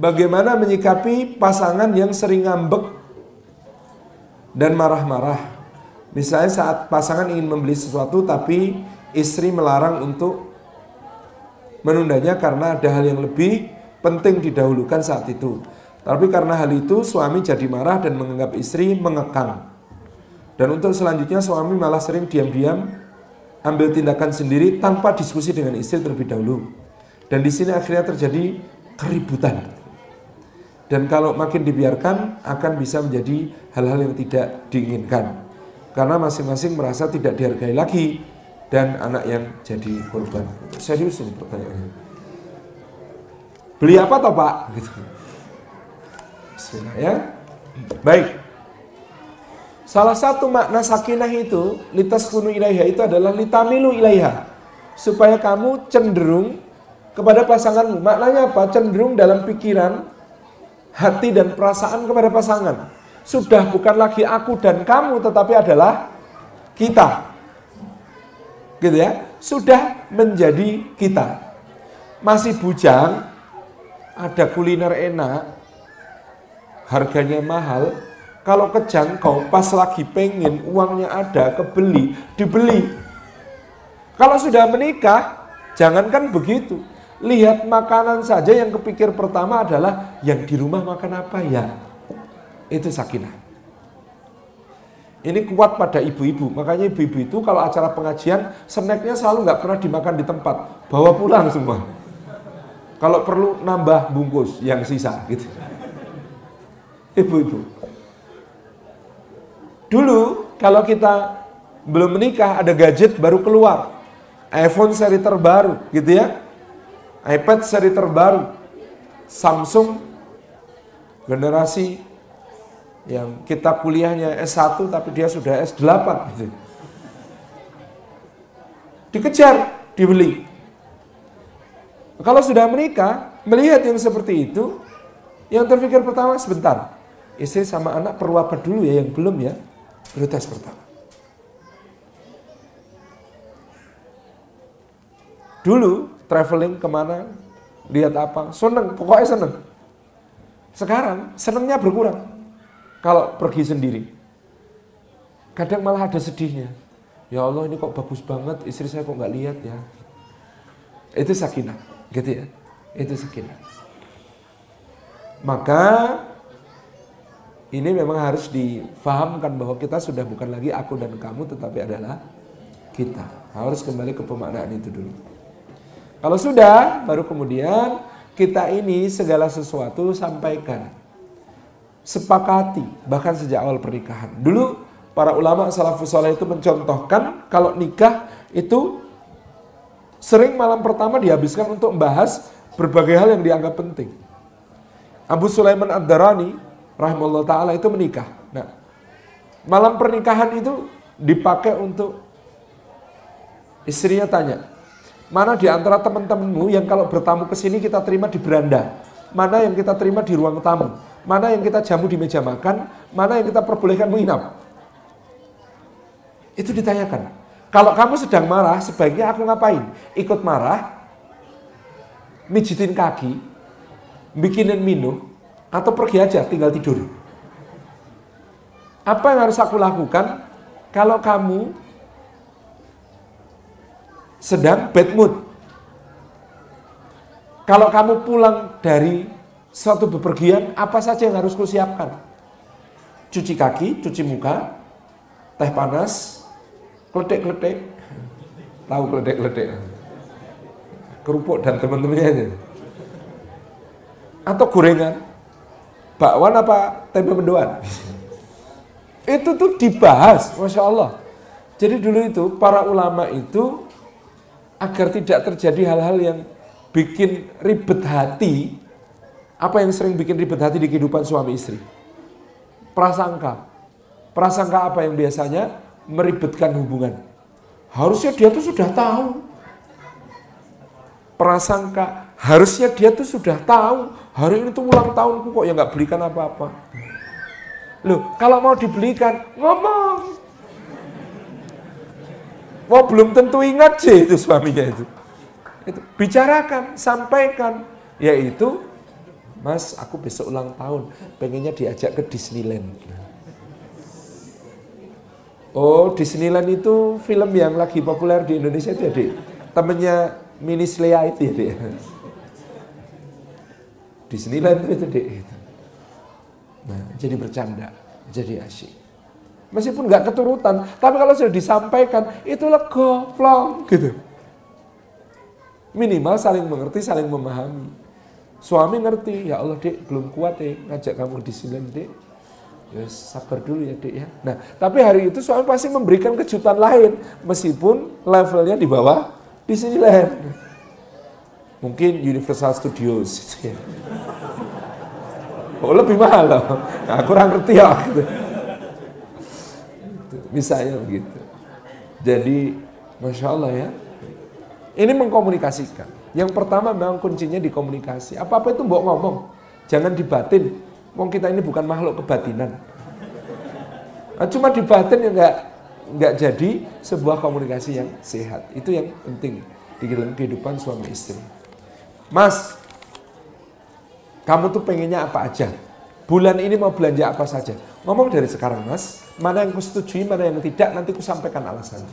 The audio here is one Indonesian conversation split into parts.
bagaimana menyikapi pasangan yang sering ngambek dan marah-marah. Misalnya saat pasangan ingin membeli sesuatu tapi istri melarang untuk menundanya karena ada hal yang lebih penting didahulukan saat itu. Tapi karena hal itu suami jadi marah dan menganggap istri mengekang. Dan untuk selanjutnya suami malah sering diam-diam ambil tindakan sendiri tanpa diskusi dengan istri terlebih dahulu. Dan di sini akhirnya terjadi keributan. Dan kalau makin dibiarkan akan bisa menjadi hal-hal yang tidak diinginkan. Karena masing-masing merasa tidak dihargai lagi dan anak yang jadi korban. Serius ini pertanyaannya. Beli apa toh Pak? Gitu. Bismillah ya. Baik. Salah satu makna sakinah itu, litaskunu ilaiha itu adalah litamilu ilaiha. Supaya kamu cenderung kepada pasanganmu. Maknanya apa? Cenderung dalam pikiran, hati dan perasaan kepada pasangan. Sudah bukan lagi aku dan kamu, tetapi adalah kita. Gitu ya. Sudah menjadi kita. Masih bujang, ada kuliner enak, harganya mahal, kalau kejangkau pas lagi pengen, uangnya ada, kebeli, dibeli. Kalau sudah menikah, jangankan begitu. Lihat makanan saja yang kepikir pertama adalah yang di rumah makan apa ya. Itu sakinah. Ini kuat pada ibu-ibu. Makanya ibu-ibu itu kalau acara pengajian, snacknya selalu nggak pernah dimakan di tempat. Bawa pulang semua. Kalau perlu nambah bungkus yang sisa gitu. Ibu-ibu. Dulu kalau kita belum menikah ada gadget baru keluar. iPhone seri terbaru gitu ya. iPad seri terbaru. Samsung generasi yang kita kuliahnya S1 tapi dia sudah S8 gitu. Dikejar, dibeli. Kalau sudah menikah, melihat yang seperti itu, yang terpikir pertama sebentar. Istri sama anak perlu apa dulu ya yang belum ya? Prioritas pertama. Dulu traveling kemana, lihat apa, seneng, pokoknya seneng. Sekarang senengnya berkurang. Kalau pergi sendiri. Kadang malah ada sedihnya. Ya Allah ini kok bagus banget, istri saya kok nggak lihat ya. Itu sakinah, gitu ya. Itu sakinah. Maka ini memang harus difahamkan bahwa kita sudah bukan lagi aku dan kamu, tetapi adalah kita. Harus kembali ke pemaknaan itu dulu. Kalau sudah, baru kemudian kita ini segala sesuatu sampaikan. Sepakati, bahkan sejak awal pernikahan. Dulu para ulama salafus saleh itu mencontohkan kalau nikah itu sering malam pertama dihabiskan untuk membahas berbagai hal yang dianggap penting. Abu Sulaiman Ad-Darani rahimahullah ta'ala itu menikah. Nah, malam pernikahan itu dipakai untuk istrinya tanya, mana di antara teman-temanmu yang kalau bertamu ke sini kita terima di beranda, mana yang kita terima di ruang tamu, mana yang kita jamu di meja makan, mana yang kita perbolehkan menginap. Itu ditanyakan. Kalau kamu sedang marah, sebaiknya aku ngapain? Ikut marah, mijitin kaki, bikinin minum, atau pergi aja tinggal tidur. Apa yang harus aku lakukan kalau kamu sedang bad mood? Kalau kamu pulang dari suatu bepergian, apa saja yang harus kusiapkan? Cuci kaki, cuci muka, teh panas, kletek-kletek. Tahu kletek-kletek? Kerupuk dan teman-temannya aja. Atau gorengan. Bakwan apa tempe mendoan? Itu tuh dibahas, Masya Allah. Jadi dulu itu para ulama itu agar tidak terjadi hal-hal yang bikin ribet hati. Apa yang sering bikin ribet hati di kehidupan suami istri? Prasangka. Prasangka apa yang biasanya meribetkan hubungan? Harusnya dia tuh sudah tahu. Prasangka, harusnya dia tuh sudah tahu. Hari ini tuh ulang tahunku kok ya nggak belikan apa-apa. Loh, kalau mau dibelikan, ngomong. Wah, belum tentu ingat sih itu suaminya itu. Bicarakan, sampaikan. Yaitu Mas, aku besok ulang tahun, pengennya diajak ke Disneyland. Oh, Disneyland itu film yang lagi populer di Indonesia itu ya, Dek? Temennya Minis Lea itu ya, Dek? Disneyland itu, Dek. Nah, jadi bercanda, jadi asyik. Meskipun nggak keturutan, tapi kalau sudah disampaikan, itu lego, plong, gitu. Minimal saling mengerti, saling memahami. Suami ngerti, ya Allah Dek, belum kuat ngajak kamu ke Disneyland, Dek. Ya sabar dulu ya, Dek ya. Nah, tapi hari itu suami pasti memberikan kejutan lain, meskipun levelnya di bawah Disneyland. Mungkin Universal Studios gitu ya. Oh, lebih mahal loh. Nah, kurang ngerti ya gitu. Misalnya begitu. Jadi, Masya Allah ya. Ini mengkomunikasikan. Yang pertama memang kuncinya di komunikasi. Apa-apa itu mbok ngomong. Jangan dibatin. Wong kita ini bukan makhluk kebatinan. Nah, cuma dibatin ya nggak jadi sebuah komunikasi yang sehat. Itu yang penting di dalam kehidupan suami istri. Mas, kamu tuh pengennya apa aja? Bulan ini mau belanja apa saja? Ngomong dari sekarang, Mas. Mana yang kusetujui, mana yang tidak, nanti ku sampaikan alasannya.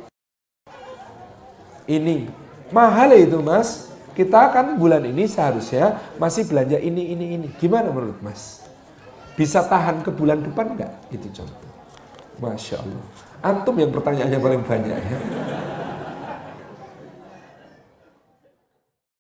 Ini mahal itu, Mas. Kita kan bulan ini seharusnya masih belanja ini. Gimana menurut Mas? Bisa tahan ke bulan depan enggak? Itu contoh. Masya Allah. Antum yang pertanyaannya paling banyak ya.